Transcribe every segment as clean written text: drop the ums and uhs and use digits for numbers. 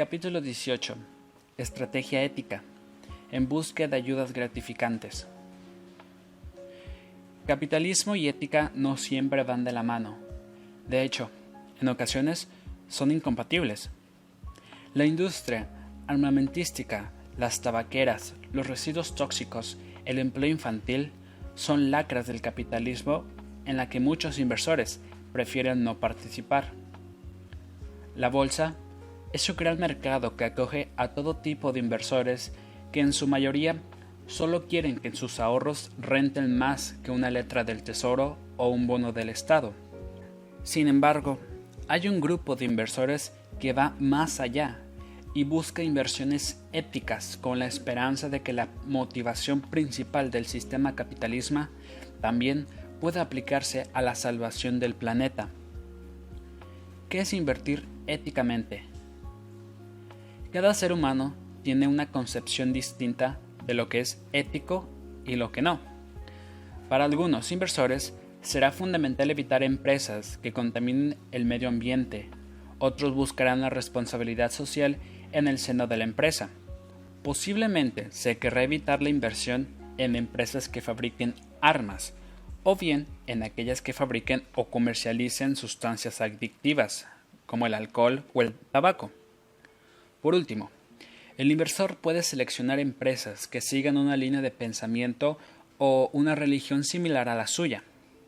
Capítulo 18. Estrategia ética. En búsqueda de ayudas gratificantes. Capitalismo y ética no siempre van de la mano. De hecho, en ocasiones son incompatibles. La industria armamentística, las tabaqueras, los residuos tóxicos, el empleo infantil son lacras del capitalismo en la que muchos inversores prefieren no participar. La bolsa es un gran mercado que acoge a todo tipo de inversores que en su mayoría solo quieren que sus ahorros renten más que una letra del tesoro o un bono del Estado. Sin embargo, hay un grupo de inversores que va más allá y busca inversiones éticas con la esperanza de que la motivación principal del sistema capitalista también pueda aplicarse a la salvación del planeta. ¿Qué es invertir éticamente? Cada ser humano tiene una concepción distinta de lo que es ético y lo que no. Para algunos inversores será fundamental evitar empresas que contaminen el medio ambiente. Otros buscarán la responsabilidad social en el seno de la empresa. Posiblemente se querrá evitar la inversión en empresas que fabriquen armas, o bien en aquellas que fabriquen o comercialicen sustancias adictivas, como el alcohol o el tabaco. Por último, el inversor puede seleccionar empresas que sigan una línea de pensamiento o una religión similar a la suya.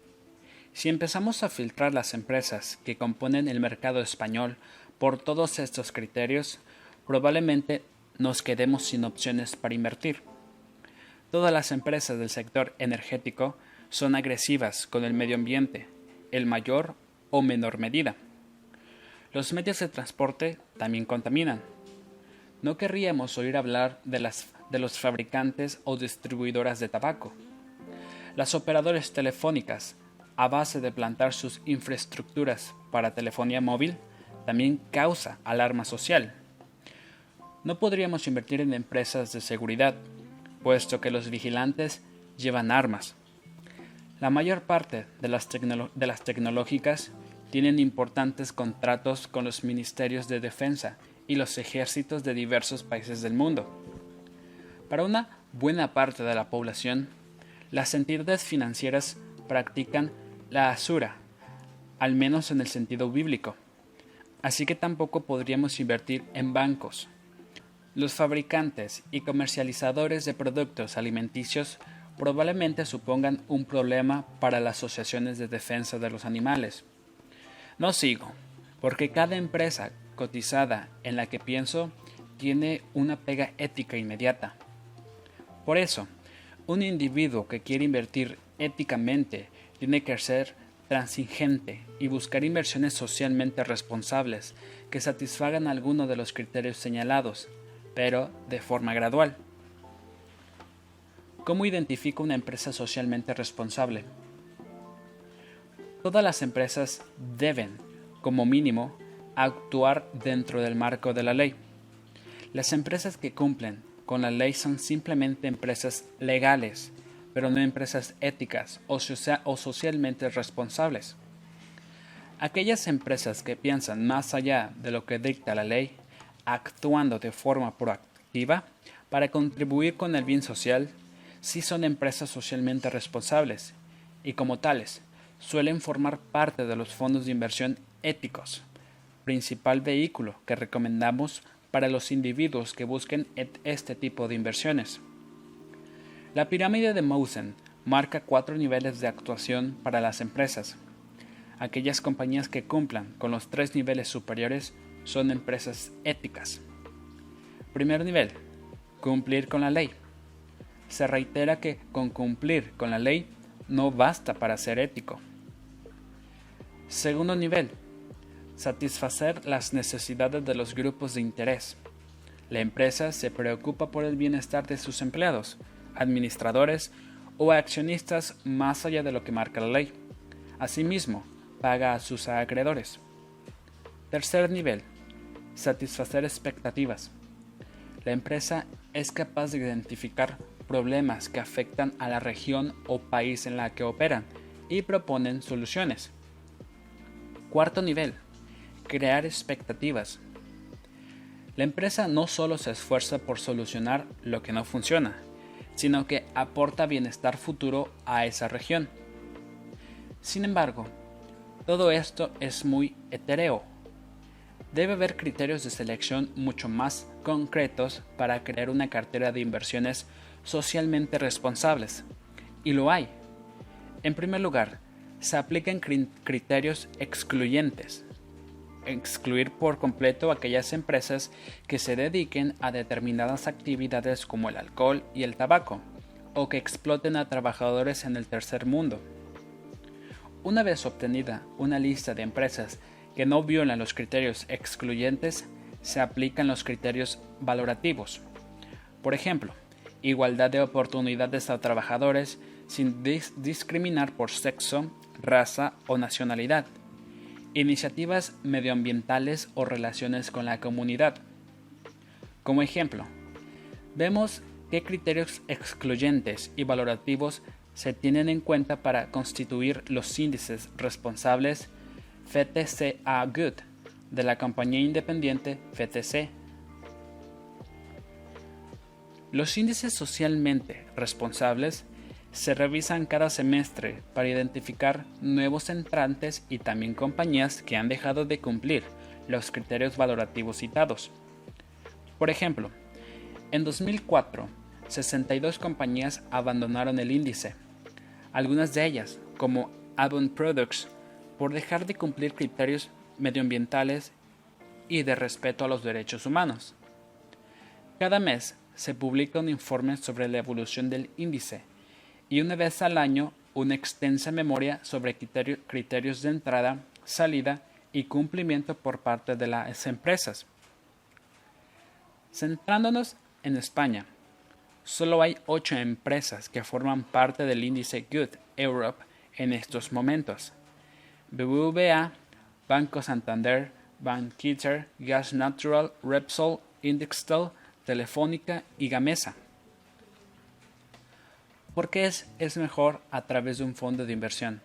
Si empezamos a filtrar las empresas que componen el mercado español por todos estos criterios, probablemente nos quedemos sin opciones para invertir. Todas las empresas del sector energético son agresivas con el medio ambiente, en mayor o menor medida. Los medios de transporte también contaminan. No querríamos oír hablar de los fabricantes o distribuidoras de tabaco. Las operadoras telefónicas, a base de plantar sus infraestructuras para telefonía móvil, también causa alarma social. No podríamos invertir en empresas de seguridad, puesto que los vigilantes llevan armas. La mayor parte de las tecnológicas tienen importantes contratos con los ministerios de defensa y los ejércitos de diversos países del mundo. Para una buena parte de la población, las entidades financieras practican la usura, al menos en el sentido bíblico, así que tampoco podríamos invertir en bancos. Los fabricantes y comercializadores de productos alimenticios probablemente supongan un problema para las asociaciones de defensa de los animales. No sigo, porque cada empresa cotizada en la que pienso tiene una pega ética inmediata. Por eso, un individuo que quiere invertir éticamente tiene que ser transigente y buscar inversiones socialmente responsables que satisfagan alguno de los criterios señalados, pero de forma gradual. ¿Cómo identifico una empresa socialmente responsable? Todas las empresas deben, como mínimo, actuar dentro del marco de la ley. Las empresas que cumplen con la ley son simplemente empresas legales, pero no empresas éticas o socialmente responsables. Aquellas empresas que piensan más allá de lo que dicta la ley, actuando de forma proactiva para contribuir con el bien social, sí son empresas socialmente responsables y como tales suelen formar parte de los fondos de inversión éticos, principal vehículo que recomendamos para los individuos que busquen este tipo de inversiones. La pirámide de Mousen marca 4 niveles de actuación para las empresas. Aquellas compañías que cumplan con los 3 niveles superiores son empresas éticas. Primer nivel, cumplir con la ley. Se reitera que con cumplir con la ley no basta para ser ético. Segundo nivel, satisfacer las necesidades de los grupos de interés. La empresa se preocupa por el bienestar de sus empleados, administradores o accionistas más allá de lo que marca la ley. Asimismo, paga a sus acreedores. Tercer nivel, satisfacer expectativas. La empresa es capaz de identificar problemas que afectan a la región o país en la que operan y proponen soluciones. Cuarto nivel, crear expectativas. La empresa no solo se esfuerza por solucionar lo que no funciona, sino que aporta bienestar futuro a esa región. Sin embargo, todo esto es muy etéreo. Debe haber criterios de selección mucho más concretos para crear una cartera de inversiones socialmente responsables. Y lo hay. En primer lugar, se aplican criterios excluyentes. Excluir por completo aquellas empresas que se dediquen a determinadas actividades como el alcohol y el tabaco, o que exploten a trabajadores en el tercer mundo. Una vez obtenida una lista de empresas que no violan los criterios excluyentes, se aplican los criterios valorativos. Por ejemplo, igualdad de oportunidades a trabajadores sin discriminar por sexo, raza o nacionalidad. Iniciativas medioambientales o relaciones con la comunidad. Como ejemplo, vemos qué criterios excluyentes y valorativos se tienen en cuenta para constituir los índices responsables FTSE4Good de la compañía independiente FTSE. Los índices socialmente responsables se revisan cada semestre para identificar nuevos entrantes y también compañías que han dejado de cumplir los criterios valorativos citados. Por ejemplo, en 2004, 62 compañías abandonaron el índice, algunas de ellas, como Avon Products, por dejar de cumplir criterios medioambientales y de respeto a los derechos humanos. Cada mes se publica un informe sobre la evolución del índice, y una vez al año una extensa memoria sobre criterios de entrada, salida y cumplimiento por parte de las empresas. Centrándonos en España, solo hay 8 empresas que forman parte del índice Good Europe en estos momentos: BBVA, Banco Santander, Bankinter, Gas Natural, Repsol, Indextel, Telefónica y Gamesa. ¿Por qué es mejor a través de un fondo de inversión?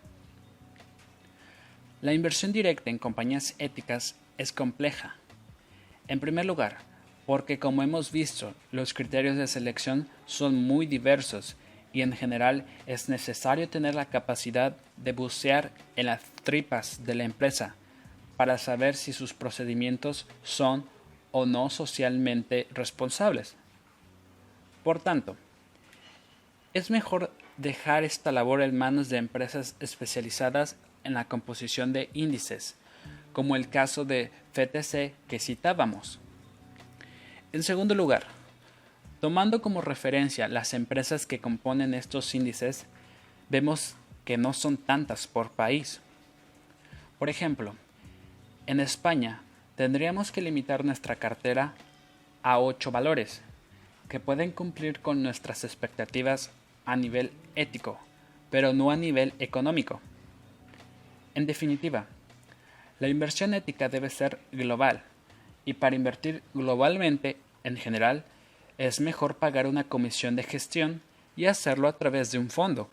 La inversión directa en compañías éticas es compleja. En primer lugar, porque como hemos visto, los criterios de selección son muy diversos y en general es necesario tener la capacidad de bucear en las tripas de la empresa para saber si sus procedimientos son o no socialmente responsables. Por tanto, es mejor dejar esta labor en manos de empresas especializadas en la composición de índices, como el caso de FTSE que citábamos. En segundo lugar, tomando como referencia las empresas que componen estos índices, vemos que no son tantas por país. Por ejemplo, en España tendríamos que limitar nuestra cartera a 8 valores, que pueden cumplir con nuestras expectativas a nivel ético, pero no a nivel económico. En definitiva, la inversión ética debe ser global, y para invertir globalmente, en general, es mejor pagar una comisión de gestión y hacerlo a través de un fondo.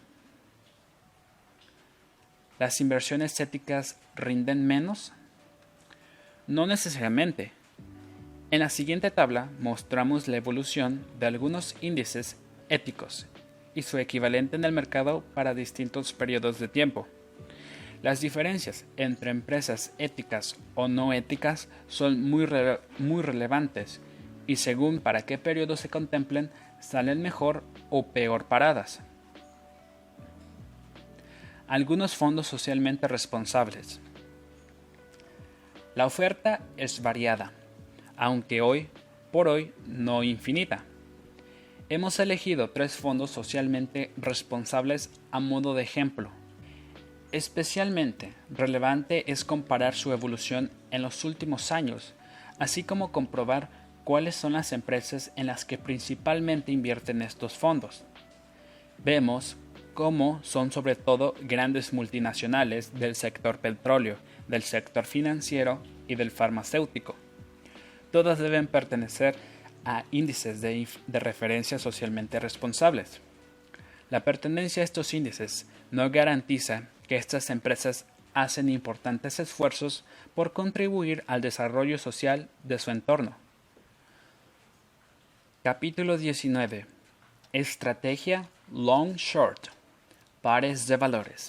¿Las inversiones éticas rinden menos? No necesariamente. En la siguiente tabla mostramos la evolución de algunos índices éticos y su equivalente en el mercado para distintos periodos de tiempo. Las diferencias entre empresas éticas o no éticas son muy relevantes y según para qué periodo se contemplen salen mejor o peor paradas. Algunos fondos socialmente responsables. La oferta es variada, aunque hoy por hoy no infinita. Hemos elegido 3 fondos socialmente responsables a modo de ejemplo. Especialmente relevante es comparar su evolución en los últimos años, así como comprobar cuáles son las empresas en las que principalmente invierten estos fondos. Vemos cómo son sobre todo grandes multinacionales del sector petróleo, del sector financiero y del farmacéutico. Todas deben pertenecer a índices de referencia socialmente responsables. La pertenencia a estos índices no garantiza que estas empresas hacen importantes esfuerzos por contribuir al desarrollo social de su entorno. Capítulo 19. Estrategia long-short. Pares de valores.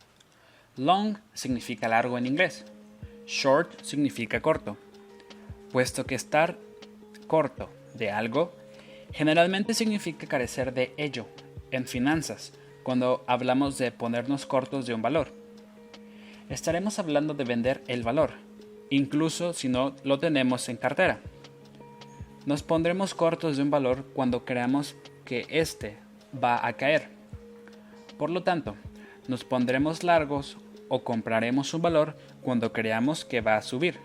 Long significa largo en inglés. Short significa corto. Puesto que estar corto de algo generalmente significa carecer de ello en finanzas, cuando hablamos de ponernos cortos de un valor. Estaremos hablando de vender el valor, incluso si no lo tenemos en cartera. Nos pondremos cortos de un valor cuando creamos que éste va a caer. Por lo tanto, nos pondremos largos o compraremos un valor cuando creamos que va a subir.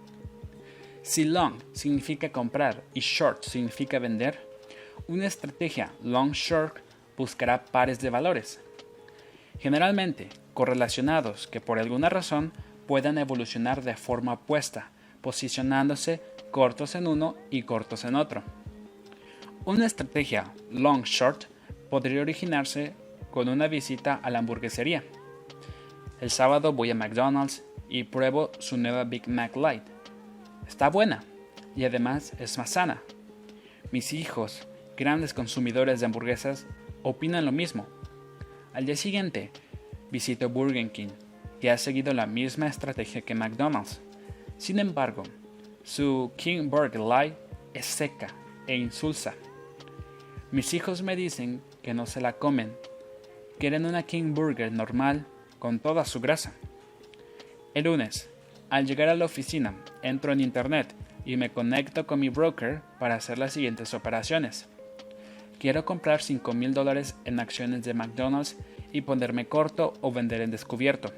Si long significa comprar y short significa vender, una estrategia long-short buscará pares de valores, generalmente correlacionados que por alguna razón puedan evolucionar de forma opuesta, posicionándose cortos en uno y cortos en otro. Una estrategia long-short podría originarse con una visita a la hamburguesería. El sábado voy a McDonald's y pruebo su nueva Big Mac Light. Está buena y además es más sana. Mis hijos, grandes consumidores de hamburguesas, opinan lo mismo. Al día siguiente, visito Burger King, que ha seguido la misma estrategia que McDonald's. Sin embargo, su King Burger Light es seca e insulsa. Mis hijos me dicen que no se la comen. Quieren una King Burger normal con toda su grasa. El lunes, al llegar a la oficina, entro en internet y me conecto con mi broker para hacer las siguientes operaciones. Quiero comprar $5,000 en acciones de McDonald's y ponerme corto o vender en descubierto.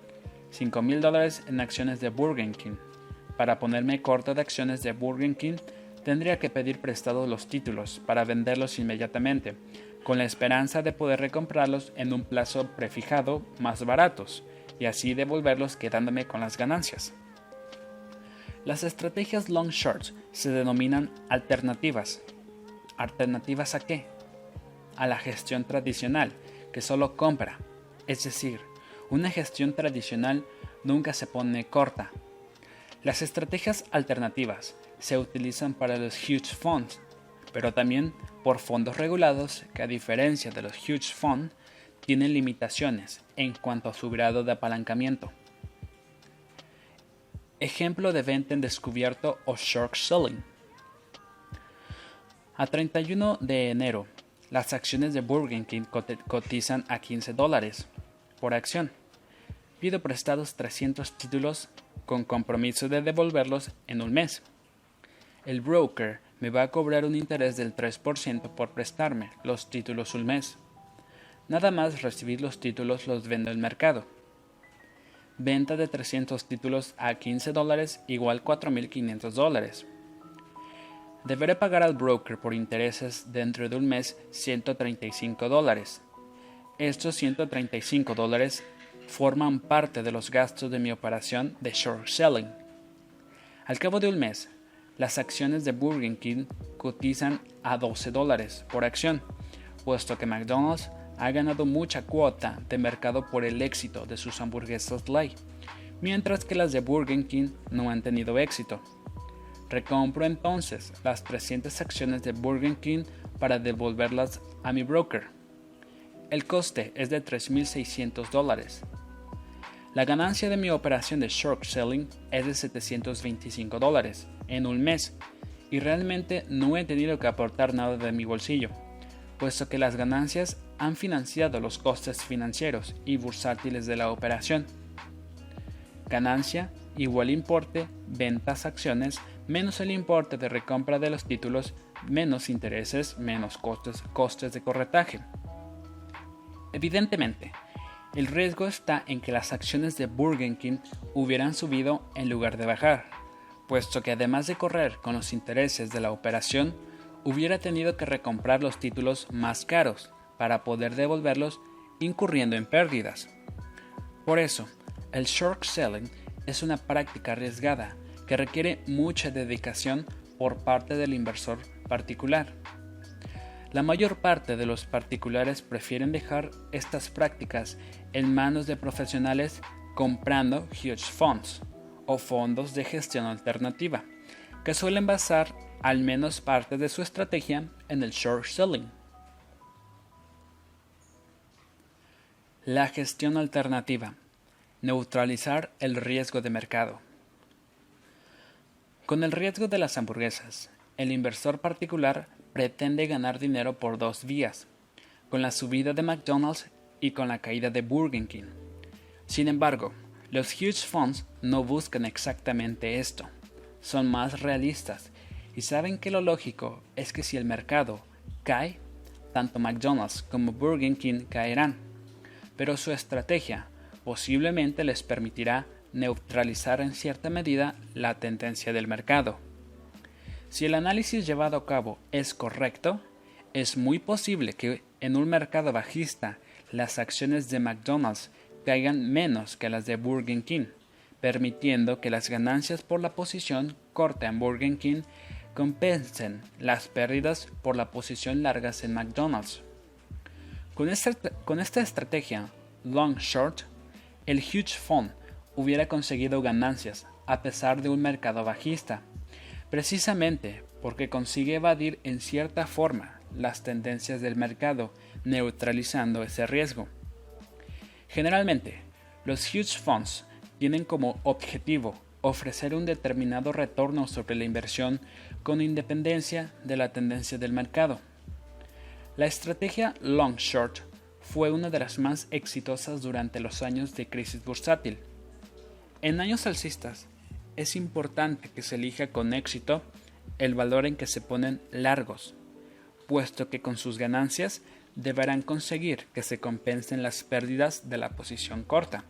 $5,000 en acciones de Burger King. Para ponerme corto de acciones de Burger King, tendría que pedir prestados los títulos para venderlos inmediatamente, con la esperanza de poder recomprarlos en un plazo prefijado más baratos, y así devolverlos quedándome con las ganancias. Las estrategias long-shorts se denominan alternativas. ¿Alternativas a qué? A la gestión tradicional, que solo compra. Es decir, una gestión tradicional nunca se pone corta. Las estrategias alternativas se utilizan para los hedge funds, pero también por fondos regulados que, a diferencia de los hedge funds, tienen limitaciones en cuanto a su grado de apalancamiento. Ejemplo de venta en descubierto o short selling. A 31 de enero, las acciones de Burger King cotizan a $15 por acción. Pido prestados 300 títulos con compromiso de devolverlos en un mes. El broker me va a cobrar un interés del 3% por prestarme los títulos un mes. Nada más recibir los títulos los vendo en el mercado. Venta de 300 títulos a $15 igual $4,500. Deberé pagar al broker por intereses dentro de un mes $135. Estos $135 forman parte de los gastos de mi operación de short selling. Al cabo de un mes, las acciones de Burger King cotizan a $12 por acción, puesto que McDonald's ha ganado mucha cuota de mercado por el éxito de sus hamburguesas light, mientras que las de Burger King no han tenido éxito. Recompro entonces las 300 acciones de Burger King para devolverlas a mi broker. El coste es de $3,600. La ganancia de mi operación de short selling es de $725 en un mes, y realmente no he tenido que aportar nada de mi bolsillo, puesto que las ganancias han financiado los costes financieros y bursátiles de la operación. Ganancia igual importe ventas acciones menos el importe de recompra de los títulos menos intereses menos costes de corretaje. Evidentemente, el riesgo está en que las acciones de Burger King hubieran subido en lugar de bajar, puesto que además de correr con los intereses de la operación, hubiera tenido que recomprar los títulos más caros para poder devolverlos incurriendo en pérdidas. Por eso, el short selling es una práctica arriesgada que requiere mucha dedicación por parte del inversor particular. La mayor parte de los particulares prefieren dejar estas prácticas en manos de profesionales comprando hedge funds o fondos de gestión alternativa, que suelen basar al menos parte de su estrategia en el short selling. La gestión alternativa. Neutralizar el riesgo de mercado. Con el riesgo de las hamburguesas, el inversor particular pretende ganar dinero por dos vías, con la subida de McDonald's y con la caída de Burger King. Sin embargo, los hedge funds no buscan exactamente esto, son más realistas y saben que lo lógico es que si el mercado cae, tanto McDonald's como Burger King caerán, pero su estrategia posiblemente les permitirá neutralizar en cierta medida la tendencia del mercado. Si el análisis llevado a cabo es correcto, es muy posible que en un mercado bajista las acciones de McDonald's caigan menos que las de Burger King, permitiendo que las ganancias por la posición corta en Burger King compensen las pérdidas por la posición largas en McDonald's. Con esta estrategia long-short, el hedge fund hubiera conseguido ganancias a pesar de un mercado bajista, precisamente porque consigue evadir en cierta forma las tendencias del mercado, neutralizando ese riesgo. Generalmente, los hedge funds tienen como objetivo ofrecer un determinado retorno sobre la inversión con independencia de la tendencia del mercado. La estrategia long-short fue una de las más exitosas durante los años de crisis bursátil. En años alcistas, es importante que se elija con éxito el valor en que se ponen largos, puesto que con sus ganancias deberán conseguir que se compensen las pérdidas de la posición corta.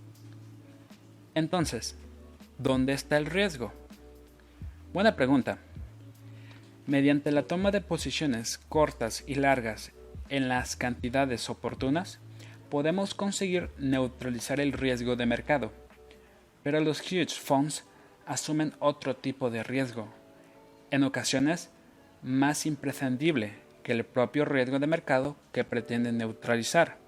Entonces, ¿dónde está el riesgo? Buena pregunta. Mediante la toma de posiciones cortas y largas en las cantidades oportunas, podemos conseguir neutralizar el riesgo de mercado. Pero los hedge funds asumen otro tipo de riesgo, en ocasiones más imprescindible que el propio riesgo de mercado que pretenden neutralizar.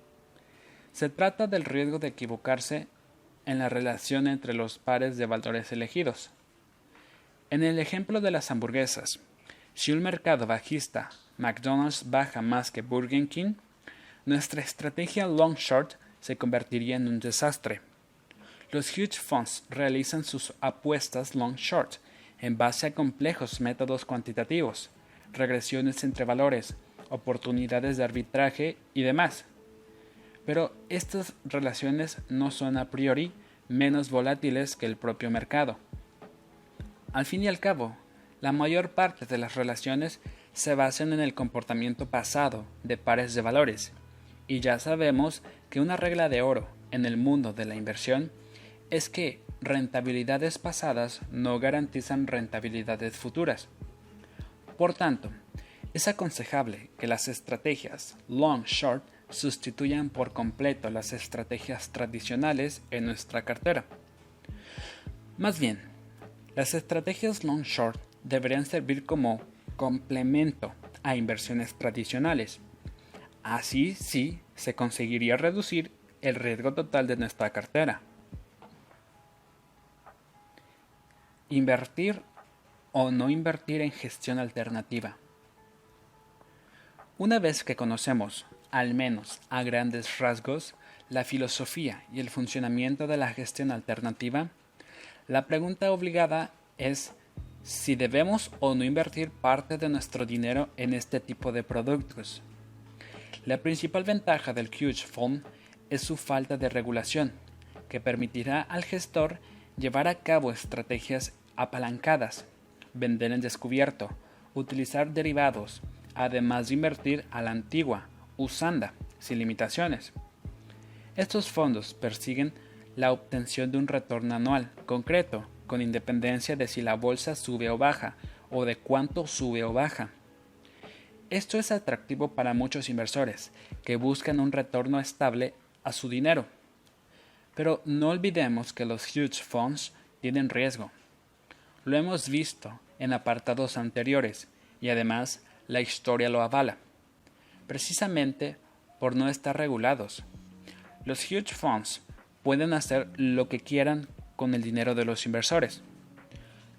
Se trata del riesgo de equivocarse en la relación entre los pares de valores elegidos. En el ejemplo de las hamburguesas, si un mercado bajista, McDonald's baja más que Burger King, nuestra estrategia long-short se convertiría en un desastre. Los hedge funds realizan sus apuestas long-short en base a complejos métodos cuantitativos, regresiones entre valores, oportunidades de arbitraje y demás. Pero estas relaciones no son a priori menos volátiles que el propio mercado. Al fin y al cabo, la mayor parte de las relaciones se basan en el comportamiento pasado de pares de valores, y ya sabemos que una regla de oro en el mundo de la inversión es que rentabilidades pasadas no garantizan rentabilidades futuras. Por tanto, es aconsejable que las estrategias long-short sustituyan por completo las estrategias tradicionales en nuestra cartera. Más bien, las estrategias long-short deberían servir como complemento a inversiones tradicionales. Así sí se conseguiría reducir el riesgo total de nuestra cartera. Invertir o no invertir en gestión alternativa. Una vez que conocemos, al menos a grandes rasgos, la filosofía y el funcionamiento de la gestión alternativa, la pregunta obligada es si debemos o no invertir parte de nuestro dinero en este tipo de productos. La principal ventaja del hedge fund es su falta de regulación, que permitirá al gestor llevar a cabo estrategias apalancadas, vender en descubierto, utilizar derivados, además de invertir a la antigua, usanda, sin limitaciones. Estos fondos persiguen la obtención de un retorno anual concreto, con independencia de si la bolsa sube o baja, o de cuánto sube o baja. Esto es atractivo para muchos inversores, que buscan un retorno estable a su dinero. Pero no olvidemos que los hedge funds tienen riesgo. Lo hemos visto en apartados anteriores, y además la historia lo avala, precisamente por no estar regulados. Los hedge funds pueden hacer lo que quieran con el dinero de los inversores.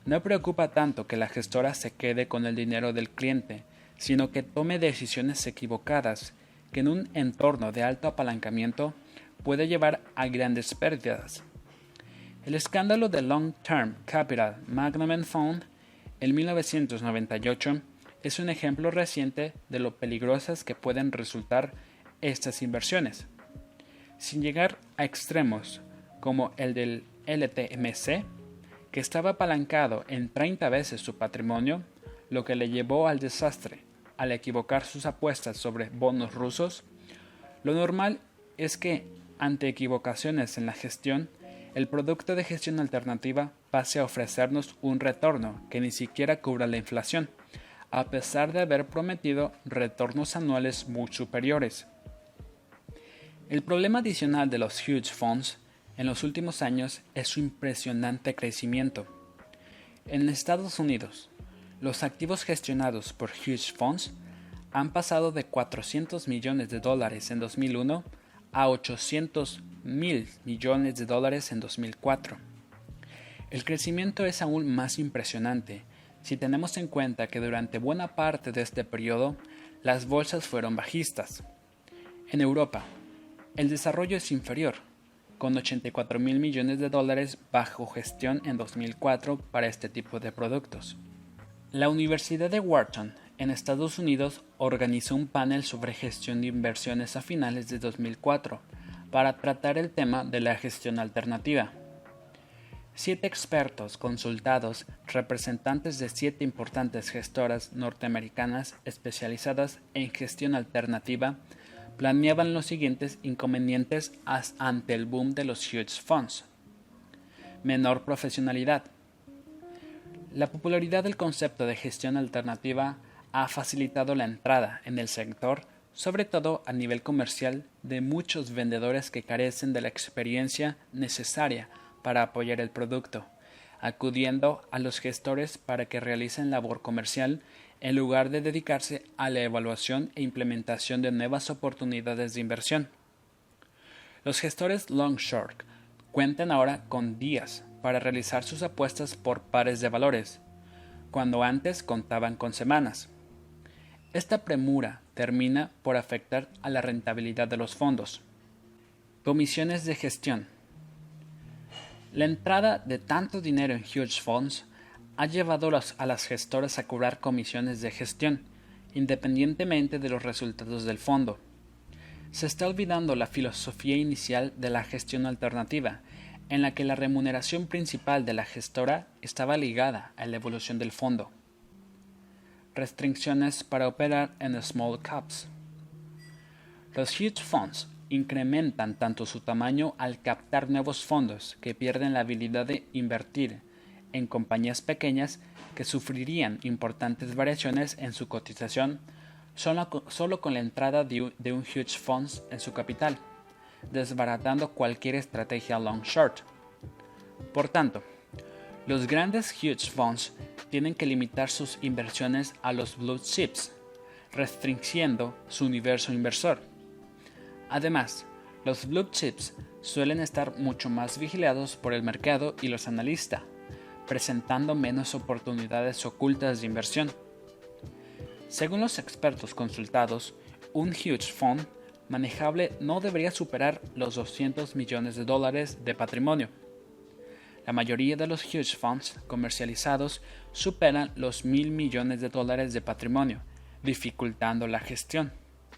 No preocupa tanto que la gestora se quede con el dinero del cliente, sino que tome decisiones equivocadas que en un entorno de alto apalancamiento puede llevar a grandes pérdidas. El escándalo de Long Term Capital Management Fund en 1998 es un ejemplo reciente de lo peligrosas que pueden resultar estas inversiones. Sin llegar a extremos como el del LTMC, que estaba apalancado en 30 veces su patrimonio, lo que le llevó al desastre al equivocar sus apuestas sobre bonos rusos, lo normal es que, ante equivocaciones en la gestión, el producto de gestión alternativa pase a ofrecernos un retorno que ni siquiera cubra la inflación, a pesar de haber prometido retornos anuales muy superiores. El problema adicional de los hedge funds en los últimos años es su impresionante crecimiento. En Estados Unidos, los activos gestionados por hedge funds han pasado de $400 millones en 2001 a $800.000 millones en 2004. El crecimiento es aún más impresionante si tenemos en cuenta que durante buena parte de este periodo las bolsas fueron bajistas. En Europa, el desarrollo es inferior, con $84.000 millones bajo gestión en 2004 para este tipo de productos. La Universidad de Wharton, en Estados Unidos, organizó un panel sobre gestión de inversiones a finales de 2004 para tratar el tema de la gestión alternativa. 7 expertos consultados, representantes de 7 importantes gestoras norteamericanas especializadas en gestión alternativa, planeaban los siguientes inconvenientes ante el boom de los hedge funds. Menor profesionalidad. La popularidad del concepto de gestión alternativa ha facilitado la entrada en el sector, sobre todo a nivel comercial, de muchos vendedores que carecen de la experiencia necesaria para apoyar el producto, acudiendo a los gestores para que realicen labor comercial en lugar de dedicarse a la evaluación e implementación de nuevas oportunidades de inversión. Los gestores long short cuentan ahora con días para realizar sus apuestas por pares de valores, cuando antes contaban con semanas. Esta premura termina por afectar a la rentabilidad de los fondos. Comisiones de gestión. La entrada de tanto dinero en hedge funds ha llevado a las gestoras a cobrar comisiones de gestión, independientemente de los resultados del fondo. Se está olvidando la filosofía inicial de la gestión alternativa, en la que la remuneración principal de la gestora estaba ligada a la evolución del fondo. Restricciones para operar en small caps. Los hedge funds incrementan tanto su tamaño al captar nuevos fondos que pierden la habilidad de invertir en compañías pequeñas que sufrirían importantes variaciones en su cotización solo con la entrada de un hedge fund en su capital, desbaratando cualquier estrategia long short. Por tanto, los grandes hedge funds tienen que limitar sus inversiones a los blue chips, restringiendo su universo inversor. Además, los blue chips suelen estar mucho más vigilados por el mercado y los analistas, presentando menos oportunidades ocultas de inversión. Según los expertos consultados, un hedge fund manejable no debería superar los $200 millones de patrimonio. La mayoría de los hedge funds comercializados superan los $1.000 millones de patrimonio, dificultando la gestión.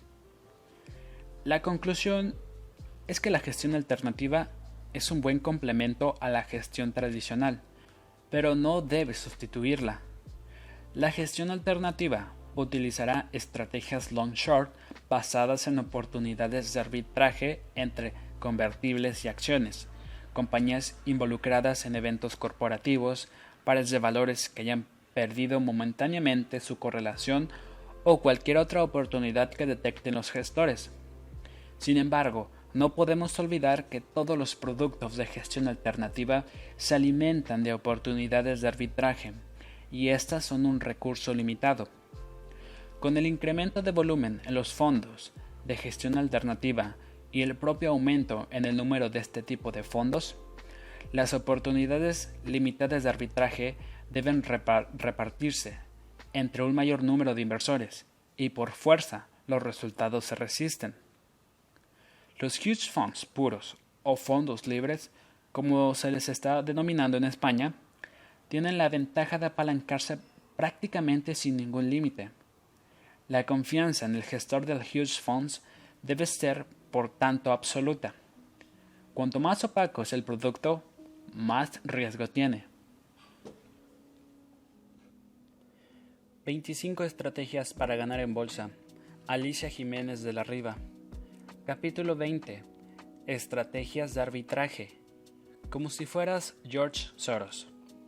La conclusión es que la gestión alternativa es un buen complemento a la gestión tradicional, pero no debe sustituirla. La gestión alternativa utilizará estrategias long-short basadas en oportunidades de arbitraje entre convertibles y acciones, compañías involucradas en eventos corporativos, pares de valores que hayan perdido momentáneamente su correlación o cualquier otra oportunidad que detecten los gestores. Sin embargo, no podemos olvidar que todos los productos de gestión alternativa se alimentan de oportunidades de arbitraje, y estas son un recurso limitado. Con el incremento de volumen en los fondos de gestión alternativa y el propio aumento en el número de este tipo de fondos, las oportunidades limitadas de arbitraje deben repartirse entre un mayor número de inversores y por fuerza los resultados se resisten. Los hedge funds puros o fondos libres, como se les está denominando en España, tienen la ventaja de apalancarse prácticamente sin ningún límite. La confianza en el gestor del hedge funds debe ser, por tanto, absoluta. Cuanto más opaco es el producto, más riesgo tiene. 25 estrategias para ganar en bolsa. Alicia Jiménez de la Riva. Capítulo 20. Estrategias de arbitraje. Como si fueras George Soros.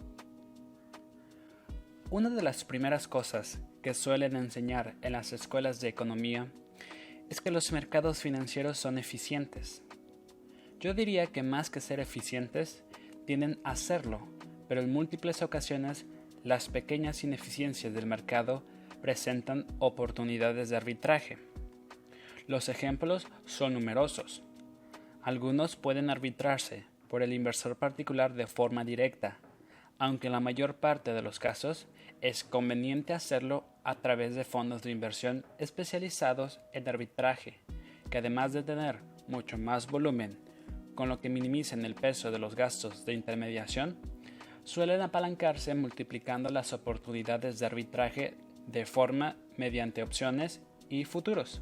Una de las primeras cosas que suelen enseñar en las escuelas de economía es que los mercados financieros son eficientes. Yo diría que más que ser eficientes, tienden a serlo, pero en múltiples ocasiones las pequeñas ineficiencias del mercado presentan oportunidades de arbitraje. Los ejemplos son numerosos. Algunos pueden arbitrarse por el inversor particular de forma directa, aunque en la mayor parte de los casos es conveniente hacerlo a través de fondos de inversión especializados en arbitraje, que además de tener mucho más volumen, con lo que minimizan el peso de los gastos de intermediación, suelen apalancarse multiplicando las oportunidades de arbitraje de forma mediante opciones y futuros.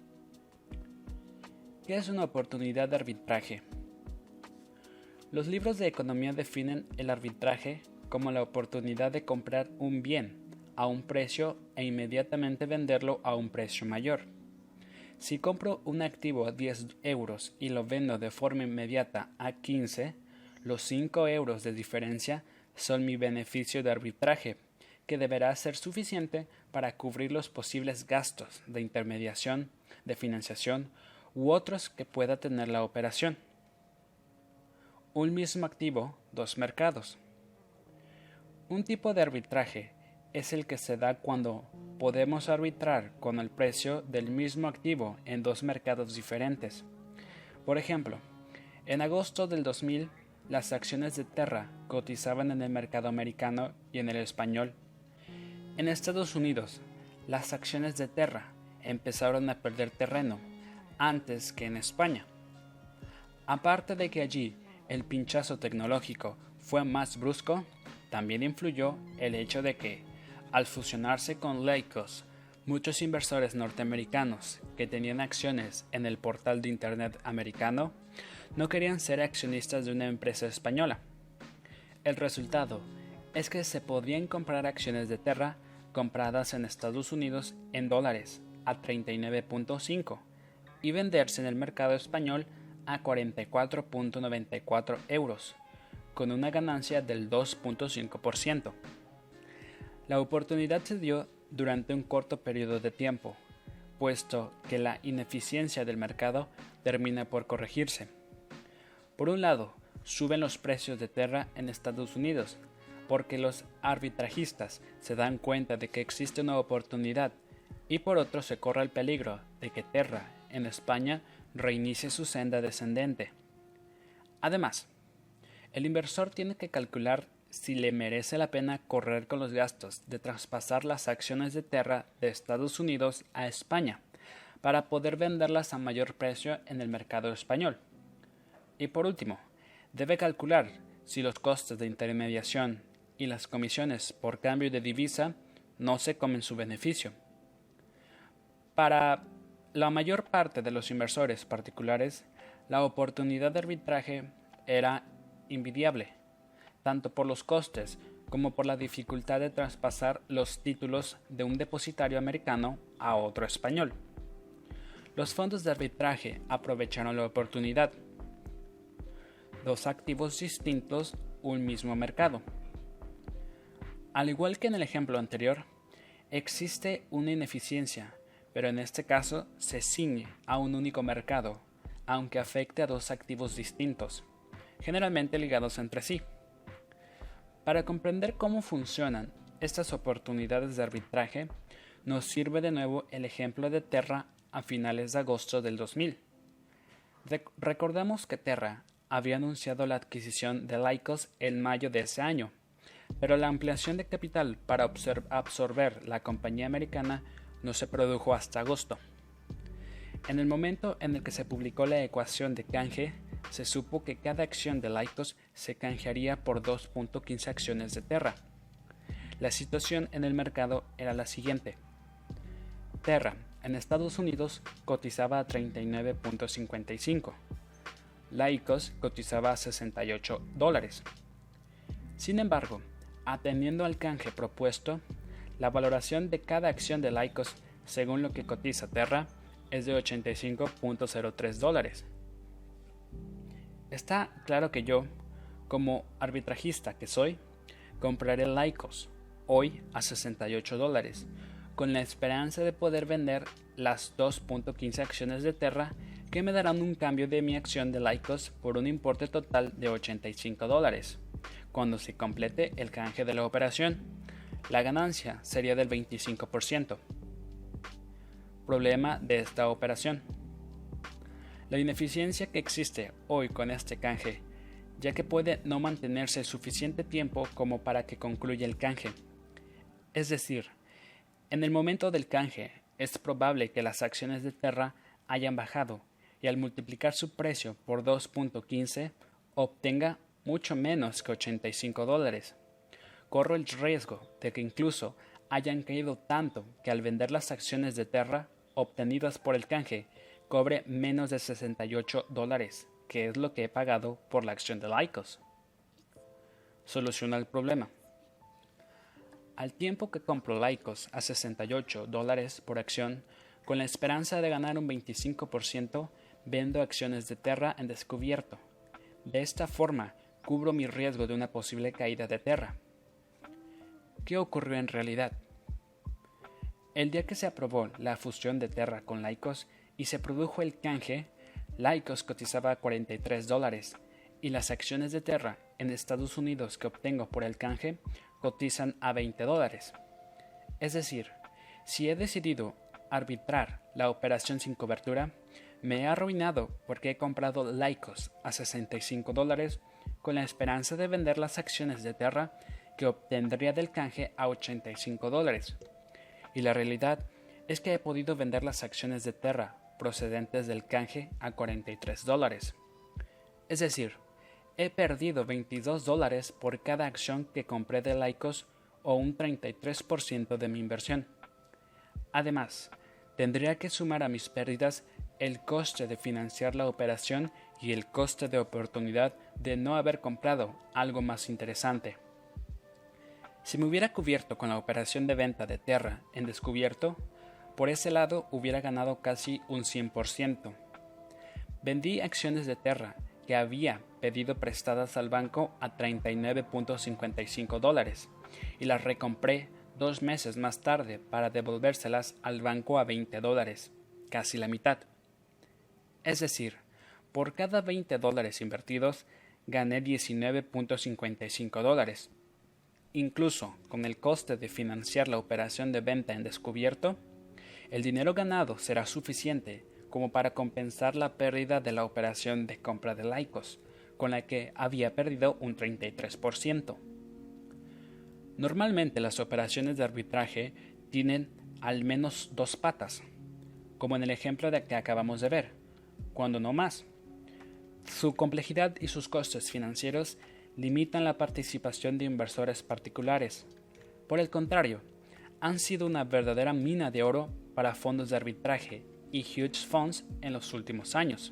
¿Qué es una oportunidad de arbitraje? Los libros de economía definen el arbitraje como la oportunidad de comprar un bien a un precio e inmediatamente venderlo a un precio mayor. Si compro un activo a 10 euros y lo vendo de forma inmediata a 15, los 5 euros de diferencia son mi beneficio de arbitraje, que deberá ser suficiente para cubrir los posibles gastos de intermediación, de financiación u otros que pueda tener la operación. Un mismo activo, dos mercados. Un tipo de arbitraje es el que se da cuando podemos arbitrar con el precio del mismo activo en dos mercados diferentes. Por ejemplo, en agosto del 2000, las acciones de Terra cotizaban en el mercado americano y en el español. En Estados Unidos, las acciones de Terra empezaron a perder terreno antes que en España. Aparte de que allí el pinchazo tecnológico fue más brusco, también influyó el hecho de que, al fusionarse con Lycos, muchos inversores norteamericanos que tenían acciones en el portal de Internet americano no querían ser accionistas de una empresa española. El resultado es que se podían comprar acciones de Terra compradas en Estados Unidos en dólares a 39.5 y venderse en el mercado español a 44.94 euros, con una ganancia del 2.5%. La oportunidad se dio durante un corto periodo de tiempo, puesto que la ineficiencia del mercado termina por corregirse. Por un lado, suben los precios de Terra en Estados Unidos, porque los arbitrajistas se dan cuenta de que existe una oportunidad, y por otro se corre el peligro de que Terra en España reinicie su senda descendente. Además, el inversor tiene que calcular si le merece la pena correr con los gastos de traspasar las acciones de Terra de Estados Unidos a España para poder venderlas a mayor precio en el mercado español. Y por último, debe calcular si los costes de intermediación y las comisiones por cambio de divisa no se comen su beneficio. Para la mayor parte de los inversores particulares, la oportunidad de arbitraje era invidiable, tanto por los costes como por la dificultad de traspasar los títulos de un depositario americano a otro español. Los fondos de arbitraje aprovecharon la oportunidad. Dos activos distintos, un mismo mercado. Al igual que en el ejemplo anterior, existe una ineficiencia, pero en este caso se ciñe a un único mercado, aunque afecte a dos activos distintos, generalmente ligados entre sí. Para comprender cómo funcionan estas oportunidades de arbitraje, nos sirve de nuevo el ejemplo de Terra a finales de agosto del 2000. Recordemos que Terra había anunciado la adquisición de Lycos en mayo de ese año, pero la ampliación de capital para absorber la compañía americana no se produjo hasta agosto. En el momento en el que se publicó la ecuación de canje, se supo que cada acción de Lycos se canjearía por 2.15 acciones de Terra. La situación en el mercado era la siguiente. Terra, en Estados Unidos, cotizaba a $39.55. Lycos cotizaba a $68. Sin embargo, atendiendo al canje propuesto, la valoración de cada acción de Lycos, según lo que cotiza Terra, es de $85.03. Está claro que yo, como arbitrajista que soy, compraré Lycos hoy a $68, con la esperanza de poder vender las 2.15 acciones de Terra que me darán un cambio de mi acción de Lycos por un importe total de $85. Cuando se complete el canje de la operación, la ganancia sería del 25%. Problema de esta operación: la ineficiencia que existe hoy con este canje, ya que puede no mantenerse suficiente tiempo como para que concluya el canje. Es decir, en el momento del canje es probable que las acciones de Terra hayan bajado y al multiplicar su precio por 2.15 obtenga mucho menos que $85. Corro el riesgo de que incluso hayan caído tanto que al vender las acciones de Terra obtenidas por el canje cobre menos de $68, que es lo que he pagado por la acción de Lycos. Soluciona el problema. Al tiempo que compro Lycos a $68 por acción, con la esperanza de ganar un 25%, vendo acciones de Terra en descubierto. De esta forma, cubro mi riesgo de una posible caída de Terra. ¿Qué ocurrió en realidad? El día que se aprobó la fusión de Terra con Lycos y se produjo el canje, Lycos cotizaba a $43 y las acciones de Terra en Estados Unidos que obtengo por el canje cotizan a $20. Es decir, si he decidido arbitrar la operación sin cobertura, me he arruinado porque he comprado Lycos a $65 con la esperanza de vender las acciones de Terra que obtendría del canje a $85. Y la realidad es que he podido vender las acciones de Terra procedentes del canje a $43. Es decir, he perdido $22 por cada acción que compré de Lycos o un 33% de mi inversión. Además, tendría que sumar a mis pérdidas el coste de financiar la operación y el coste de oportunidad de no haber comprado algo más interesante. Si me hubiera cubierto con la operación de venta de Terra en descubierto, por ese lado hubiera ganado casi un 100%. Vendí acciones de Terra que había pedido prestadas al banco a $39.55 y las recompré 2 meses más tarde para devolvérselas al banco a $20, casi la mitad. Es decir, por cada $20 invertidos, gané $19.55. Incluso con el coste de financiar la operación de venta en descubierto, el dinero ganado será suficiente como para compensar la pérdida de la operación de compra de Lycos, con la que había perdido un 33%. Normalmente las operaciones de arbitraje tienen al menos 2 patas, como en el ejemplo de que acabamos de ver, cuando no más. Su complejidad y sus costes financieros limitan la participación de inversores particulares. Por el contrario, han sido una verdadera mina de oro para fondos de arbitraje y hedge funds en los últimos años.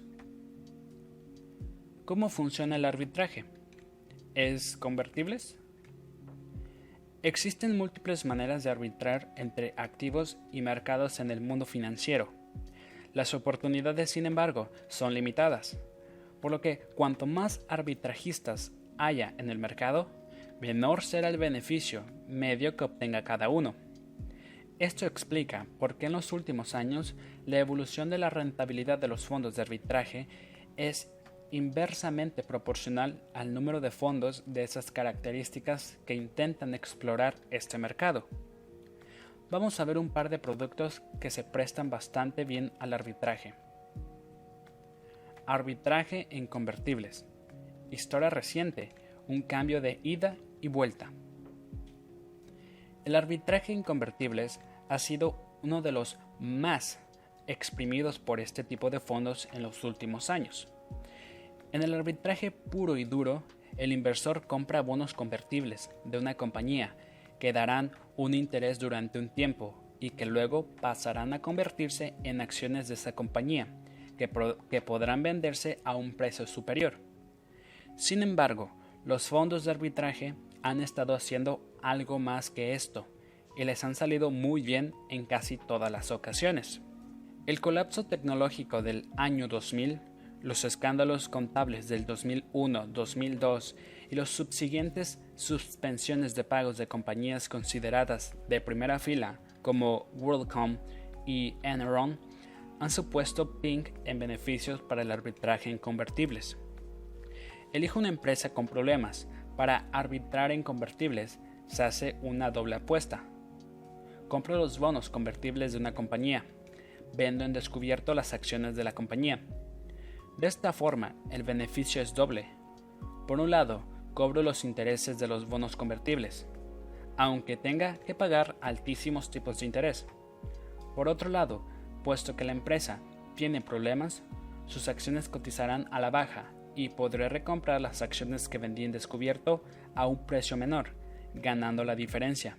¿Cómo funciona el arbitraje? ¿Es convertibles? Existen múltiples maneras de arbitrar entre activos y mercados en el mundo financiero. Las oportunidades, sin embargo, son limitadas, por lo que cuanto más arbitrajistas haya en el mercado, menor será el beneficio medio que obtenga cada uno. Esto explica por qué en los últimos años la evolución de la rentabilidad de los fondos de arbitraje es inversamente proporcional al número de fondos de esas características que intentan explorar este mercado. Vamos a ver un par de productos que se prestan bastante bien al arbitraje. Arbitraje en convertibles. Historia reciente, un cambio de ida y vuelta. El arbitraje en convertibles ha sido uno de los más exprimidos por este tipo de fondos en los últimos años. En el arbitraje puro y duro, el inversor compra bonos convertibles de una compañía que darán un interés durante un tiempo y que luego pasarán a convertirse en acciones de esa compañía, que podrán venderse a un precio superior. Sin embargo, los fondos de arbitraje han estado haciendo algo más que esto y les han salido muy bien en casi todas las ocasiones. El colapso tecnológico del año 2000, los escándalos contables del 2001, 2002 y los subsiguientes suspensiones de pagos de compañías consideradas de primera fila como WorldCom y Enron han supuesto ping en beneficios para el arbitraje en convertibles. Elige una empresa con problemas. Para arbitrar en convertibles se hace una doble apuesta. Compro los bonos convertibles de una compañía, vendo en descubierto las acciones de la compañía. De esta forma, el beneficio es doble. Por un lado, cobro los intereses de los bonos convertibles, aunque tenga que pagar altísimos tipos de interés. Por otro lado, puesto que la empresa tiene problemas, sus acciones cotizarán a la baja y podré recomprar las acciones que vendí en descubierto a un precio menor, ganando la diferencia.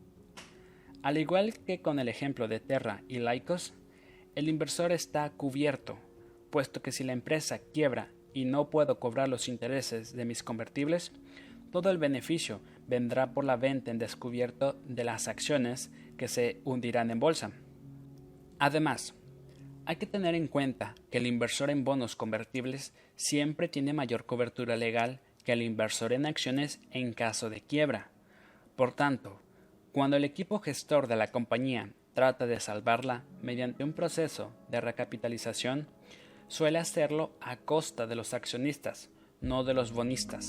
Al igual que con el ejemplo de Terra y Lycos, el inversor está cubierto, puesto que si la empresa quiebra y no puedo cobrar los intereses de mis convertibles, todo el beneficio vendrá por la venta en descubierto de las acciones que se hundirán en bolsa. Además, hay que tener en cuenta que el inversor en bonos convertibles siempre tiene mayor cobertura legal que el inversor en acciones en caso de quiebra. Por tanto, cuando el equipo gestor de la compañía trata de salvarla mediante un proceso de recapitalización, suele hacerlo a costa de los accionistas, no de los bonistas.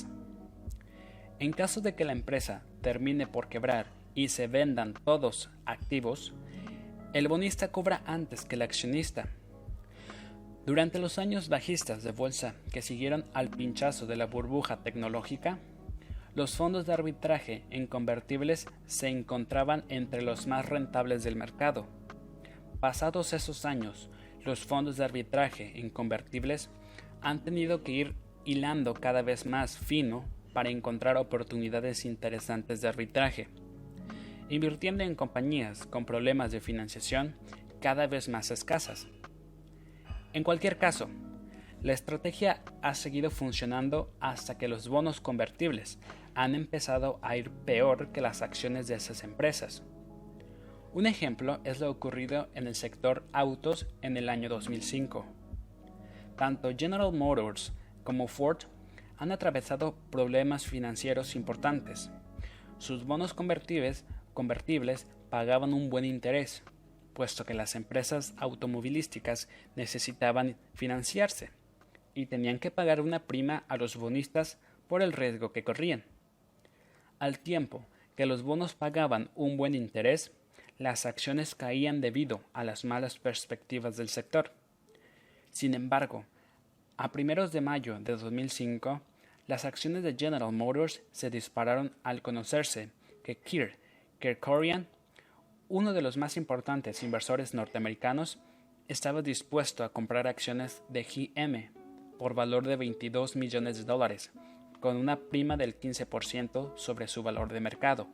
En caso de que la empresa termine por quebrar y se vendan todos activos, el bonista cobra antes que el accionista. Durante los años bajistas de bolsa que siguieron al pinchazo de la burbuja tecnológica, los fondos de arbitraje en convertibles se encontraban entre los más rentables del mercado. Pasados esos años, los fondos de arbitraje en convertibles han tenido que ir hilando cada vez más fino para encontrar oportunidades interesantes de arbitraje, invirtiendo en compañías con problemas de financiación cada vez más escasas. En cualquier caso, la estrategia ha seguido funcionando hasta que los bonos convertibles han empezado a ir peor que las acciones de esas empresas. Un ejemplo es lo ocurrido en el sector autos en el año 2005. Tanto General Motors como Ford han atravesado problemas financieros importantes. Sus bonos convertibles pagaban un buen interés, puesto que las empresas automovilísticas necesitaban financiarse y tenían que pagar una prima a los bonistas por el riesgo que corrían. Al tiempo que los bonos pagaban un buen interés, las acciones caían debido a las malas perspectivas del sector. Sin embargo, a primeros de mayo de 2005, las acciones de General Motors se dispararon al conocerse que Kerkorian, uno de los más importantes inversores norteamericanos, estaba dispuesto a comprar acciones de GM por valor de $22 millones, con una prima del 15% sobre su valor de mercado.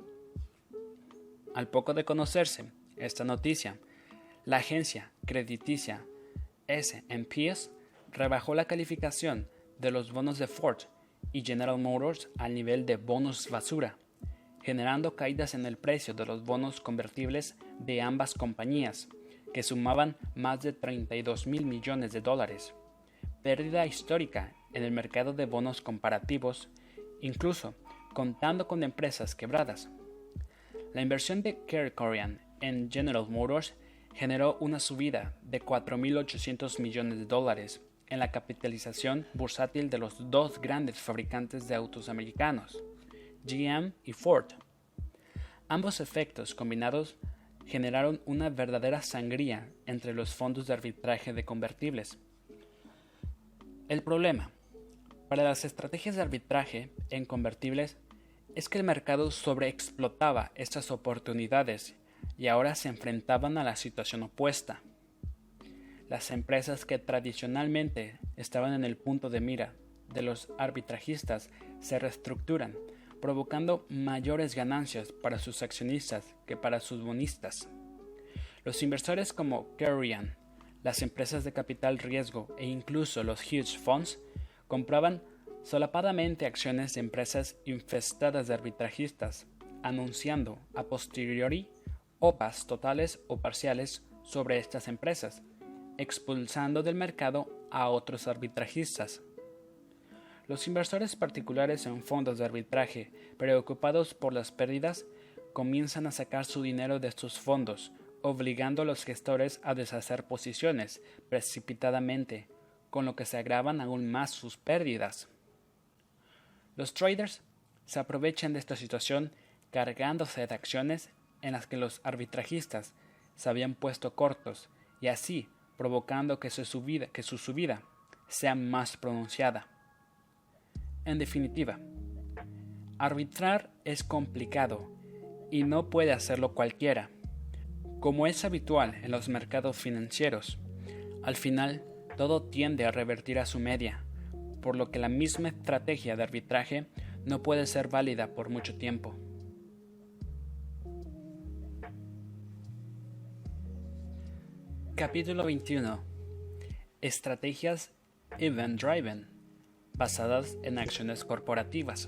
Al poco de conocerse esta noticia, la agencia crediticia S&P rebajó la calificación de los bonos de Ford y General Motors al nivel de bonos basura, generando caídas en el precio de los bonos convertibles de ambas compañías, que sumaban más de $32,000 millones, pérdida histórica en el mercado de bonos comparativos, incluso contando con empresas quebradas. La inversión de Kerkorian en General Motors generó una subida de $4,800 millones en la capitalización bursátil de los dos grandes fabricantes de autos americanos, GM y Ford. Ambos efectos combinados generaron una verdadera sangría entre los fondos de arbitraje de convertibles. El problema para las estrategias de arbitraje en convertibles es que el mercado sobreexplotaba estas oportunidades y ahora se enfrentaban a la situación opuesta. Las empresas que tradicionalmente estaban en el punto de mira de los arbitrajistas se reestructuran, provocando mayores ganancias para sus accionistas que para sus bonistas. Los inversores como Carrion, las empresas de capital riesgo e incluso los hedge funds compraban solapadamente acciones de empresas infestadas de arbitrajistas, anunciando a posteriori OPAs totales o parciales sobre estas empresas, expulsando del mercado a otros arbitrajistas. Los inversores particulares en fondos de arbitraje, preocupados por las pérdidas, comienzan a sacar su dinero de estos fondos, obligando a los gestores a deshacer posiciones precipitadamente, con lo que se agravan aún más sus pérdidas. Los traders se aprovechan de esta situación cargándose de acciones en las que los arbitrajistas se habían puesto cortos y así provocando que su subida sea más pronunciada. En definitiva, arbitrar es complicado y no puede hacerlo cualquiera. Como es habitual en los mercados financieros, al final todo tiende a revertir a su media, por lo que la misma estrategia de arbitraje no puede ser válida por mucho tiempo. Capítulo 21. Estrategias Event Driven, basadas en acciones corporativas.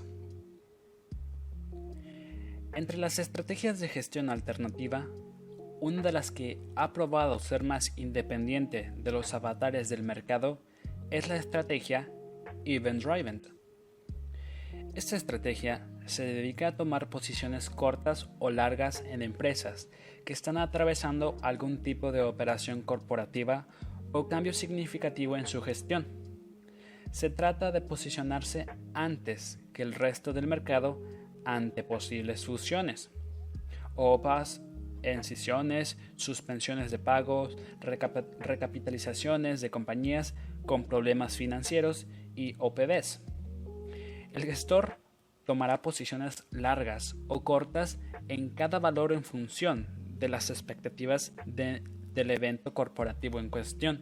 Entre las estrategias de gestión alternativa, una de las que ha probado ser más independiente de los avatares del mercado es la estrategia Event Driven. Esta estrategia se dedica a tomar posiciones cortas o largas en empresas que están atravesando algún tipo de operación corporativa o cambio significativo en su gestión. Se trata de posicionarse antes que el resto del mercado ante posibles fusiones, OPAs, escisiones, suspensiones de pagos, recapitalizaciones de compañías con problemas financieros y OPVs. El gestor tomará posiciones largas o cortas en cada valor en función de las expectativas del evento corporativo en cuestión.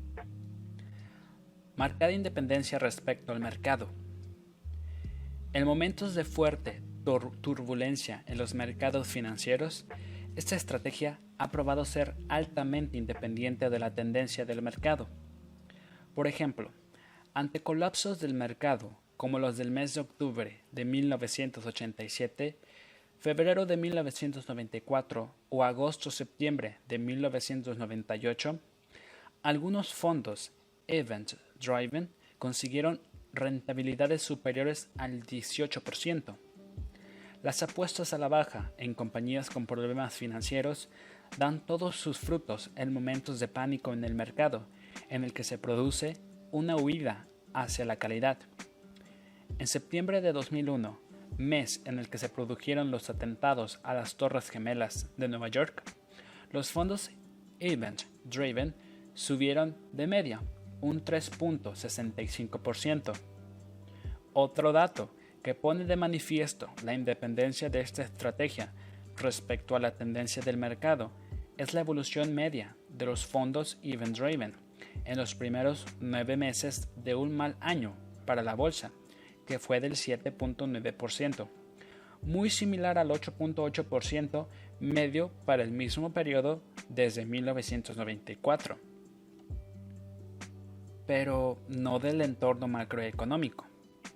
Marcada independencia respecto al mercado. En momentos de fuerte turbulencia en los mercados financieros, esta estrategia ha probado ser altamente independiente de la tendencia del mercado. Por ejemplo, ante colapsos del mercado como los del mes de octubre de 1987, febrero de 1994 o agosto-septiembre de 1998, algunos fondos Event Driven consiguieron rentabilidades superiores al 18%. Las apuestas a la baja en compañías con problemas financieros dan todos sus frutos en momentos de pánico en el mercado, en el que se produce una huida hacia la calidad. En septiembre de 2001, mes en el que se produjeron los atentados a las Torres Gemelas de Nueva York, los fondos Event Driven subieron de media un 3.65%. Otro dato que pone de manifiesto la independencia de esta estrategia respecto a la tendencia del mercado es la evolución media de los fondos Event Driven en los primeros 9 meses de un mal año para la bolsa, que fue del 7.9%, muy similar al 8.8% medio para el mismo periodo desde 1994, pero no del entorno macroeconómico.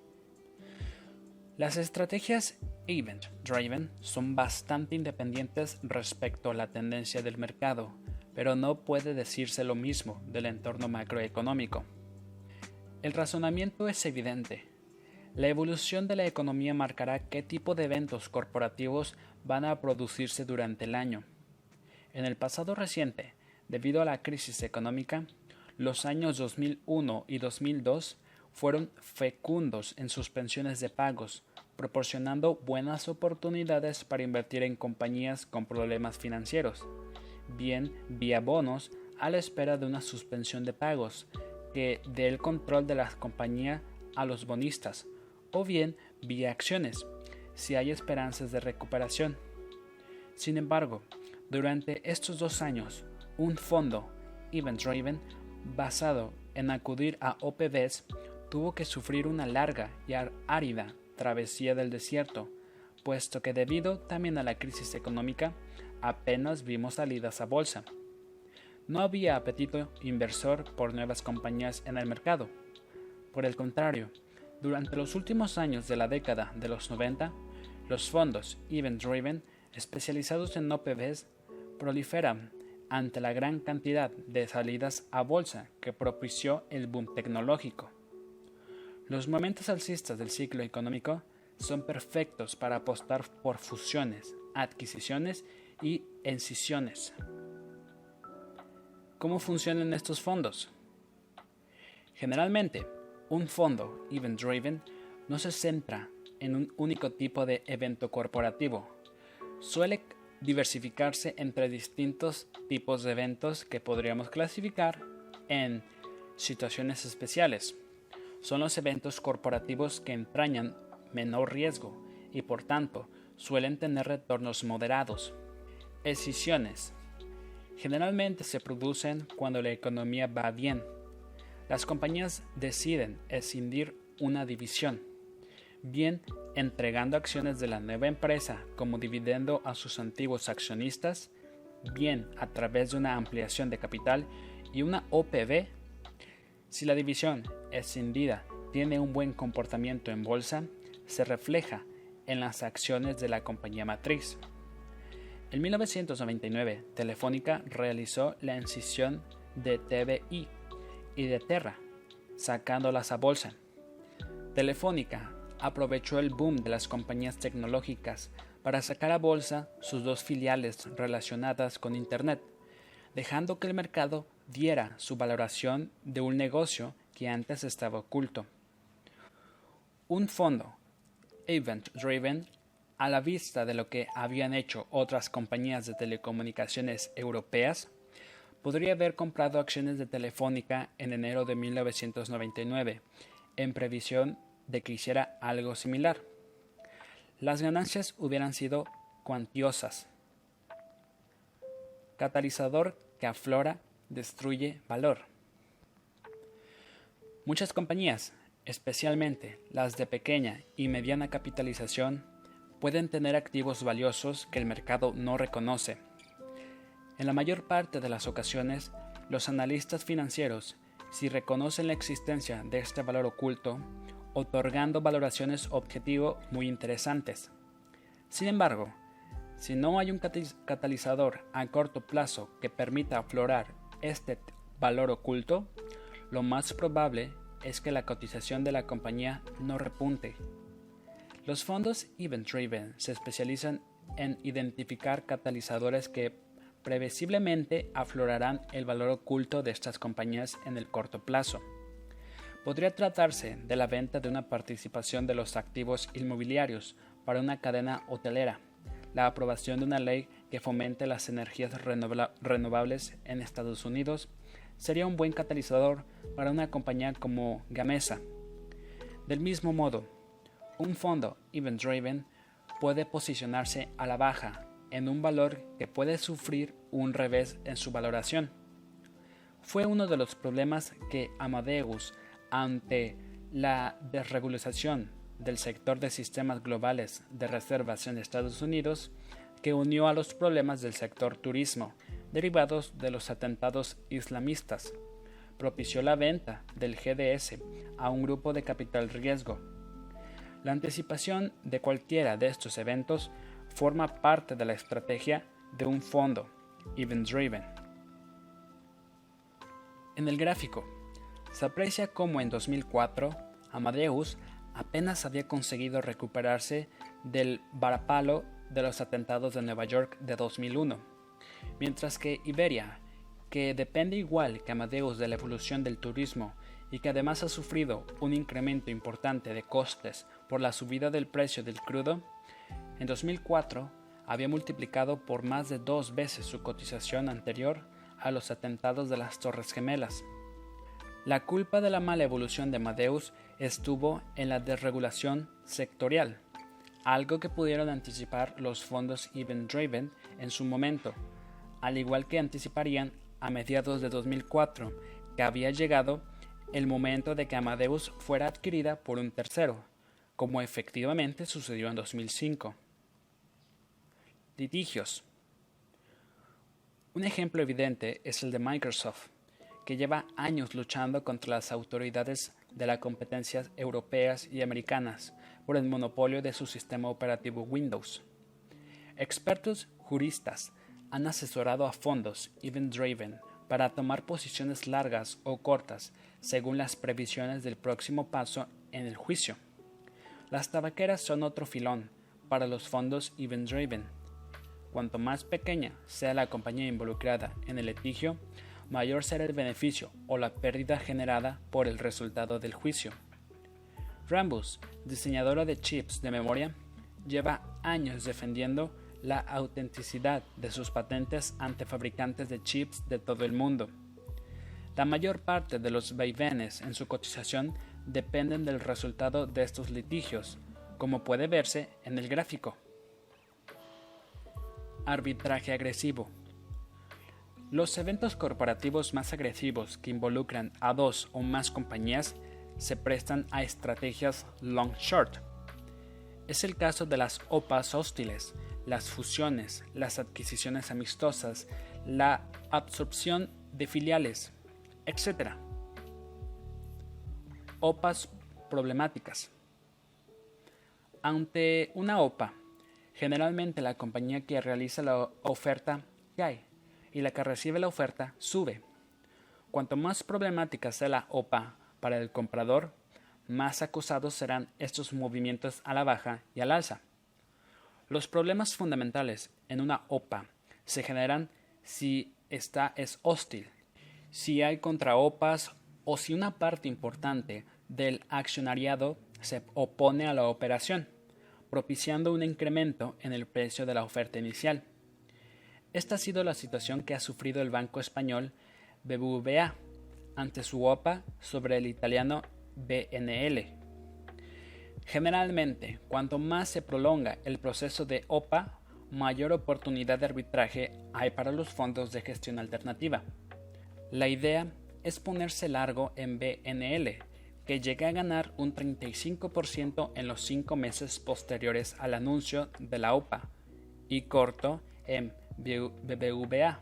Las estrategias Event Driven son bastante independientes respecto a la tendencia del mercado, pero no puede decirse lo mismo del entorno macroeconómico. El razonamiento es evidente. La evolución de la economía marcará qué tipo de eventos corporativos van a producirse durante el año. En el pasado reciente, debido a la crisis económica, los años 2001 y 2002 fueron fecundos en suspensiones de pagos, proporcionando buenas oportunidades para invertir en compañías con problemas financieros, bien vía bonos a la espera de una suspensión de pagos que dé el control de la compañía a los bonistas, o bien vía acciones, si hay esperanzas de recuperación. Sin embargo, durante estos 2 años, un fondo Event Driven basado en acudir a OPVs tuvo que sufrir una larga y árida travesía del desierto, puesto que debido también a la crisis económica apenas vimos salidas a bolsa. No había apetito inversor por nuevas compañías en el mercado. Por el contrario, durante los últimos años de la década de los 90, los fondos Event Driven especializados en OPVs proliferan ante la gran cantidad de salidas a bolsa que propició el boom tecnológico. Los momentos alcistas del ciclo económico son perfectos para apostar por fusiones, adquisiciones y escisiones. ¿Cómo funcionan estos fondos? Generalmente, un fondo Event Driven no se centra en un único tipo de evento corporativo. Suele diversificarse entre distintos tipos de eventos que podríamos clasificar en situaciones especiales. Son los eventos corporativos que entrañan menor riesgo y por tanto suelen tener retornos moderados. Escisiones. Generalmente se producen cuando la economía va bien. Las compañías deciden escindir una división, bien entregando acciones de la nueva empresa como dividendo a sus antiguos accionistas, bien a través de una ampliación de capital y una OPV. Si la división escindida tiene un buen comportamiento en bolsa, se refleja en las acciones de la compañía matriz. En 1999, Telefónica realizó la escisión de TVI y de Terra, sacándolas a bolsa. Telefónica aprovechó el boom de las compañías tecnológicas para sacar a bolsa sus 2 filiales relacionadas con Internet, dejando que el mercado diera su valoración de un negocio que antes estaba oculto. Un fondo Event Driven, a la vista de lo que habían hecho otras compañías de telecomunicaciones europeas, podría haber comprado acciones de Telefónica en enero de 1999, en previsión de que hiciera algo similar. Las ganancias hubieran sido cuantiosas. Catalizador que aflora, destruye valor. Muchas compañías, especialmente las de pequeña y mediana capitalización, pueden tener activos valiosos que el mercado no reconoce. En la mayor parte de las ocasiones, los analistas financieros, si reconocen la existencia de este valor oculto, otorgando valoraciones objetivo muy interesantes. Sin embargo, si no hay un catalizador a corto plazo que permita aflorar este valor oculto, lo más probable es que la cotización de la compañía no repunte. Los fondos Event Driven se especializan en identificar catalizadores que previsiblemente aflorarán el valor oculto de estas compañías en el corto plazo. Podría tratarse de la venta de una participación de los activos inmobiliarios para una cadena hotelera, la aprobación de una ley que fomente las energías renovables en Estados Unidos sería un buen catalizador para una compañía como Gamesa. Del mismo modo, un fondo Event Driven puede posicionarse a la baja en un valor que puede sufrir un revés en su valoración. Fue uno de los problemas que Amadeus, ante la desregulación del sector de sistemas globales de reservas en Estados Unidos, que unió a los problemas del sector turismo derivados de los atentados islamistas, propició la venta del GDS a un grupo de capital riesgo. La anticipación de cualquiera de estos eventos forma parte de la estrategia de un fondo Event Driven. En el gráfico, se aprecia cómo en 2004 Amadeus apenas había conseguido recuperarse del varapalo de los atentados de Nueva York de 2001, mientras que Iberia, que depende igual que Amadeus de la evolución del turismo y que además ha sufrido un incremento importante de costes por la subida del precio del crudo, en 2004 había multiplicado por más de 2 veces su cotización anterior a los atentados de las Torres Gemelas. La culpa de la mala evolución de Amadeus estuvo en la desregulación sectorial. algo que pudieron anticipar los fondos Event Driven en su momento, al igual que anticiparían a mediados de 2004 que había llegado el momento de que Amadeus fuera adquirida por un tercero, como efectivamente sucedió en 2005. Litigios. Un ejemplo evidente es el de Microsoft, que lleva años luchando contra las autoridades de las competencias europeas y americanas por el monopolio de su sistema operativo Windows. Expertos juristas han asesorado a fondos Event Driven para tomar posiciones largas o cortas según las previsiones del próximo paso en el juicio. Las tabaqueras son otro filón para los fondos Event Driven. Cuanto más pequeña sea la compañía involucrada en el litigio, mayor será el beneficio o la pérdida generada por el resultado del juicio. Rambus, diseñadora de chips de memoria, lleva años defendiendo la autenticidad de sus patentes ante fabricantes de chips de todo el mundo. La mayor parte de los vaivenes en su cotización dependen del resultado de estos litigios, como puede verse en el gráfico. Arbitraje agresivo. Los eventos corporativos más agresivos que involucran a dos o más compañías se prestan a estrategias long-short. Es el caso de las OPAs hostiles, las fusiones, las adquisiciones amistosas, la absorción de filiales, etc. OPAs problemáticas. Ante una OPA, generalmente la compañía que realiza la oferta cae y la que recibe la oferta sube. Cuanto más problemática sea la OPA para el comprador, más acusados serán estos movimientos a la baja y al alza. Los problemas fundamentales en una OPA se generan si esta es hostil, si hay contraopas o si una parte importante del accionariado se opone a la operación, propiciando un incremento en el precio de la oferta inicial. Esta ha sido la situación que ha sufrido el banco español BBVA ante su OPA sobre el italiano BNL. Generalmente, cuanto más se prolonga el proceso de OPA, mayor oportunidad de arbitraje hay para los fondos de gestión alternativa. La idea es ponerse largo en BNL, que llega a ganar un 35% en los 5 meses posteriores al anuncio de la OPA, y corto en BBVA.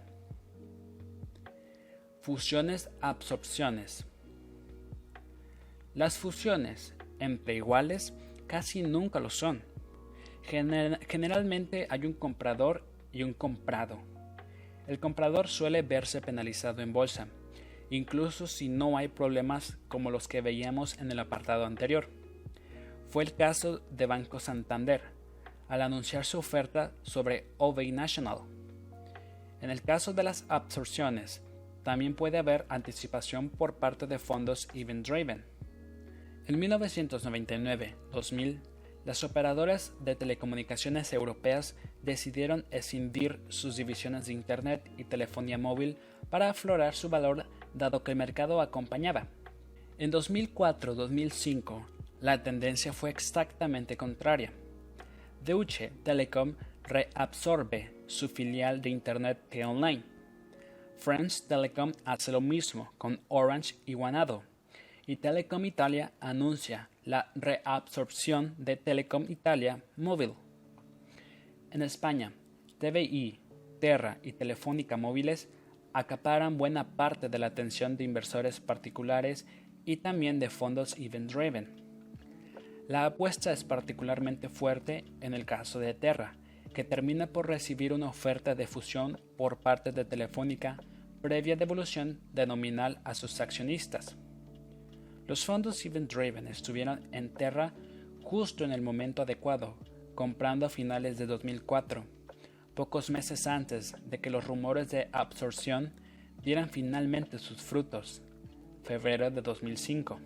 Fusiones-absorciones. Las fusiones entre iguales casi nunca lo son. Generalmente hay un comprador y un comprado. El comprador suele verse penalizado en bolsa, incluso si no hay problemas como los que veíamos en el apartado anterior. Fue el caso de Banco Santander, al anunciar su oferta sobre OBI National. En el caso de las absorciones, también puede haber anticipación por parte de fondos Event Driven. En 1999-2000, las operadoras de telecomunicaciones europeas decidieron escindir sus divisiones de Internet y telefonía móvil para aflorar su valor dado que el mercado acompañaba. En 2004-2005, la tendencia fue exactamente contraria. Deutsche Telekom reabsorbe su filial de Internet T-Online. France Telecom hace lo mismo con Orange y Wanadoo, y Telecom Italia anuncia la reabsorción de Telecom Italia Móvil. En España, TVI, Terra y Telefónica Móviles acaparan buena parte de la atención de inversores particulares y también de fondos Event Driven. La apuesta es particularmente fuerte en el caso de Terra, que termina por recibir una oferta de fusión por parte de Telefónica previa devolución de nominal a sus accionistas. Los fondos Event Driven estuvieron en Terra justo en el momento adecuado, comprando a finales de 2004, pocos meses antes de que los rumores de absorción dieran finalmente sus frutos, febrero de 2005.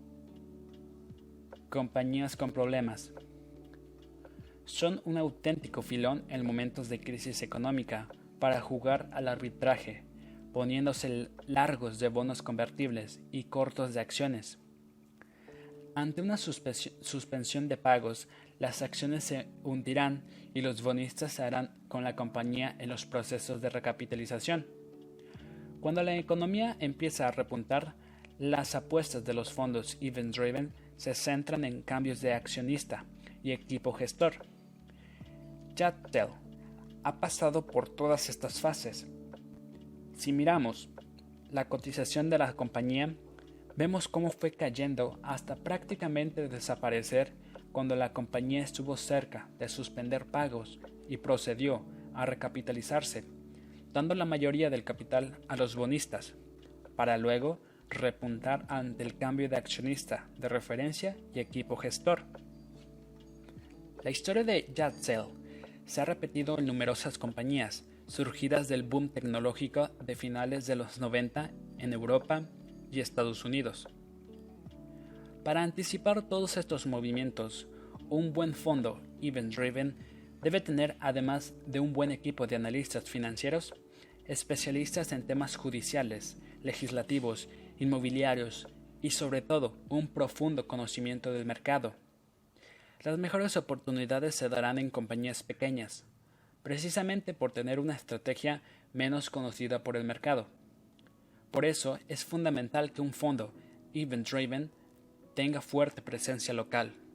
Compañías con problemas. Son un auténtico filón en momentos de crisis económica para jugar al arbitraje, poniéndose largos de bonos convertibles y cortos de acciones. Ante una suspensión de pagos, las acciones se hundirán y los bonistas se harán con la compañía en los procesos de recapitalización. Cuando la economía empieza a repuntar, las apuestas de los fondos event driven se centran en cambios de accionista y equipo gestor. Jadtel ha pasado por todas estas fases. Si miramos la cotización de la compañía, vemos cómo fue cayendo hasta prácticamente desaparecer cuando la compañía estuvo cerca de suspender pagos y procedió a recapitalizarse, dando la mayoría del capital a los bonistas, para luego repuntar ante el cambio de accionista de referencia y equipo gestor. La historia de Jadtel se ha repetido en numerosas compañías surgidas del boom tecnológico de finales de los 90 en Europa y Estados Unidos. Para anticipar todos estos movimientos, un buen fondo event driven debe tener, además de un buen equipo de analistas financieros, especialistas en temas judiciales, legislativos, inmobiliarios y sobre todo un profundo conocimiento del mercado. Las mejores oportunidades se darán en compañías pequeñas, precisamente por tener una estrategia menos conocida por el mercado. Por eso es fundamental que un fondo event driven tenga fuerte presencia local.